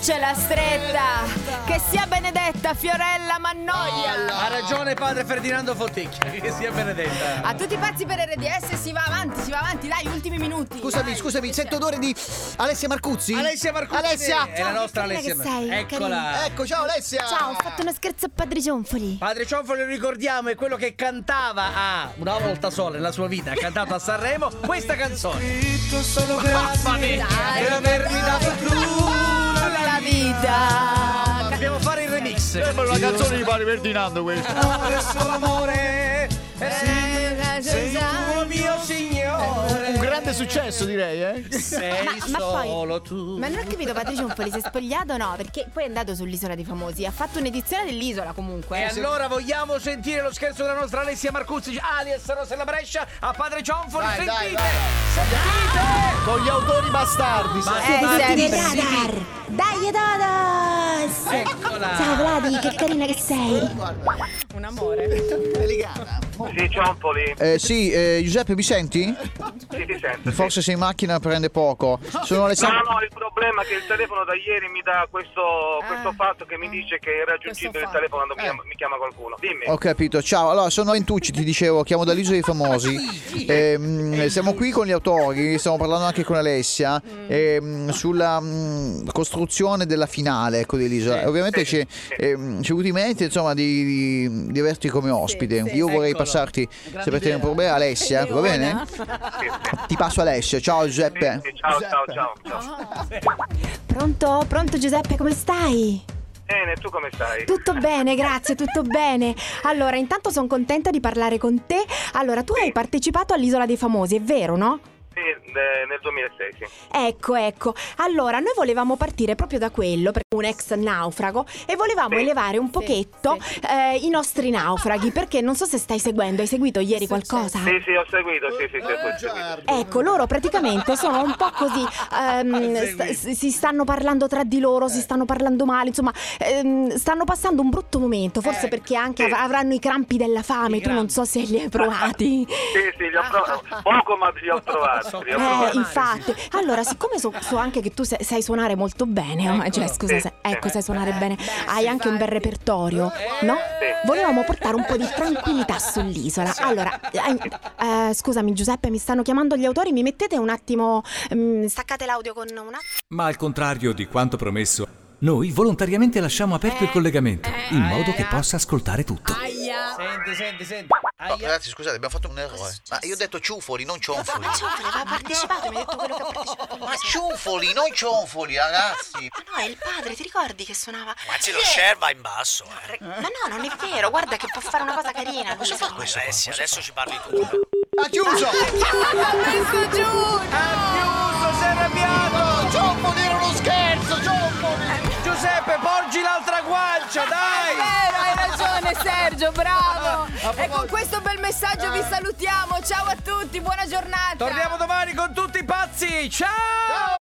ce l'ha stretta. Che sia benedetta Fiorella Mannoia. Ha ragione padre Ferdinando Fotticchia, che sia benedetta. A tutti i pazzi per RDS, si va avanti, dai, ultimi minuti. Scusami, sento odore di Alessia Marcuzzi. Alessia Marcuzzi. Alessia! È la nostra Alessia. Che sei? Eccola. Ecco, ciao Alessia. Ciao, ho fatto uno scherzo a Padre Cionfoli. Padre Cionfoli, lo ricordiamo, è quello che cantava una volta sola nella sua vita, ha cantato a Sanremo questa canzone. Solo grazie per avermi dato tu La vita. Dobbiamo fare il remix. Sembra una canzone di Padre Ferdinando questa. Amore, solo amore, sei tu mio signore. Un grande successo, direi, eh? Sei Ma solo poi, tu. ma non ho capito, Padre Cionfoli si è spogliato o no? Perché poi è andato sull'Isola dei Famosi. Ha fatto un'edizione dell'Isola comunque. E allora vogliamo sentire lo scherzo della nostra Alessia Marcuzzi, alias Rossella Brescia, a Padre Cionfoli. Dai, Sentite! dai. Sentite! Con gli autori bastardi. sempre. Radar! Dai, Todos! Eccola! Ciao Vladi, che carina che sei! Un amore. Delicata. Sì, Cionfoli. Sì, Giuseppe, mi senti? Sì, ti sento. Forse sei in macchina, prende poco. Sono Alessandro. No, il problema è che il telefono da ieri mi dà questo fatto che mi dice che è irraggiungibile il telefono quando mi chiama qualcuno. Dimmi. Ho capito, ciao. Allora, sono Ventucci, ti dicevo, chiamo dall'Isola dei Famosi. Siamo qui con gli autori, stiamo parlando anche con Alessia sulla costruzione della finale, ecco, dell'isola. Ovviamente ci è voluto in mente, insomma, di averti come ospite. Io vorrei passarti, se per te è un problema, Alessia, va bene? Ti passo Alessia, ciao Giuseppe. Sì, ciao. Pronto Giuseppe, come stai? Bene, tu come stai? Tutto bene, grazie, tutto bene. Allora, intanto sono contenta di parlare con te. Allora, tu hai partecipato all'Isola dei Famosi, è vero, no? Sì, nel 2006, sì. Ecco. Allora, noi volevamo partire proprio da quello, perché un ex naufrago, e volevamo elevare un pochetto i nostri naufraghi, perché non so se stai seguendo, hai seguito ieri qualcosa? Sì, ho seguito, sì. Ecco, loro praticamente sono un po' così, si stanno parlando tra di loro, si stanno parlando male, insomma, stanno passando un brutto momento, forse perché anche avranno i crampi della fame, tu non so se li hai provati. Sì, li ho provati, poco ma li ho provati. Infatti, allora, siccome so anche che tu sai suonare molto bene, cioè scusa, sai suonare bene, hai anche un bel repertorio, no? Volevamo portare un po' di tranquillità sull'isola. Allora, scusami Giuseppe, mi stanno chiamando gli autori, mi mettete un attimo, staccate l'audio con un attimo. Ma al contrario di quanto promesso, noi volontariamente lasciamo aperto il collegamento, in modo che possa ascoltare tutto. Senti. No, ragazzi, scusate, abbiamo fatto un errore. Ma io ho detto Ciufoli, non Cionfoli. Ma Cionfoli aveva partecipato, mi hai detto quello che ha partecipato. Ma Ciufoli, non Cionfoli, ragazzi. Ma no, è il padre, ti ricordi che suonava? Ma c'è lo share va in basso, Ma no, non è vero, guarda che può fare una cosa carina. Cosa fa questo? Alessia, adesso ci parli tu. Ha chiuso! Messo giù. Si è arrabbiato! Cionfoli era uno scherzo, Cionfoli! Giuseppe, porgi l'altra guancia, dai! Vero, hai ragione Sergio, bravo. E con questo bel messaggio vi salutiamo. Ciao a tutti, buona giornata. Torniamo domani con tutti i pazzi, ciao!